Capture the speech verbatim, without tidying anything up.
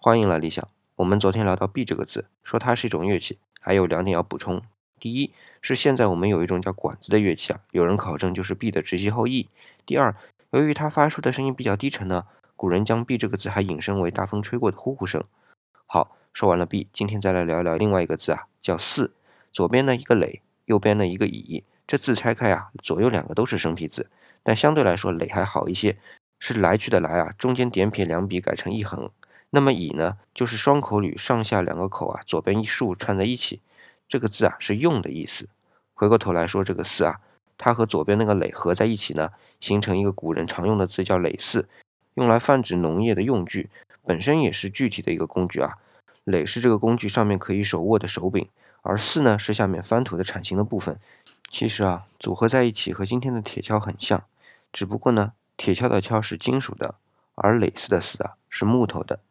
欢迎来理想。我们昨天聊到“璧”这个字，说它是一种乐器，还有两点要补充。第一是现在我们有一种叫管子的乐器啊，有人考证就是“璧”的直系后裔。第二，由于它发出的声音比较低沉呢，古人将“璧”这个字还引申为大风吹过的呼呼声。好，说完了“璧”，今天再来聊一聊另外一个字啊，叫“巳”。左边呢一个“垒”，右边呢一个“乙”。这字拆开啊，左右两个都是生僻字，但相对来说“垒”还好一些，是来去的“来”啊，中间点撇两笔改成一横。那么乙呢，就是双口吕上下两个口啊，左边一竖串在一起，这个字啊是用的意思。回过头来说这个巳啊，它和左边那个垒合在一起呢，形成一个古人常用的字叫耒耜，用来泛指农业的用具，本身也是具体的一个工具啊。耒是这个工具上面可以手握的手柄，而耜呢是下面翻土的铲行的部分。其实啊，组合在一起和今天的铁锹很像，只不过呢，铁锹的锹是金属的，而耒耜的耜啊是木头的。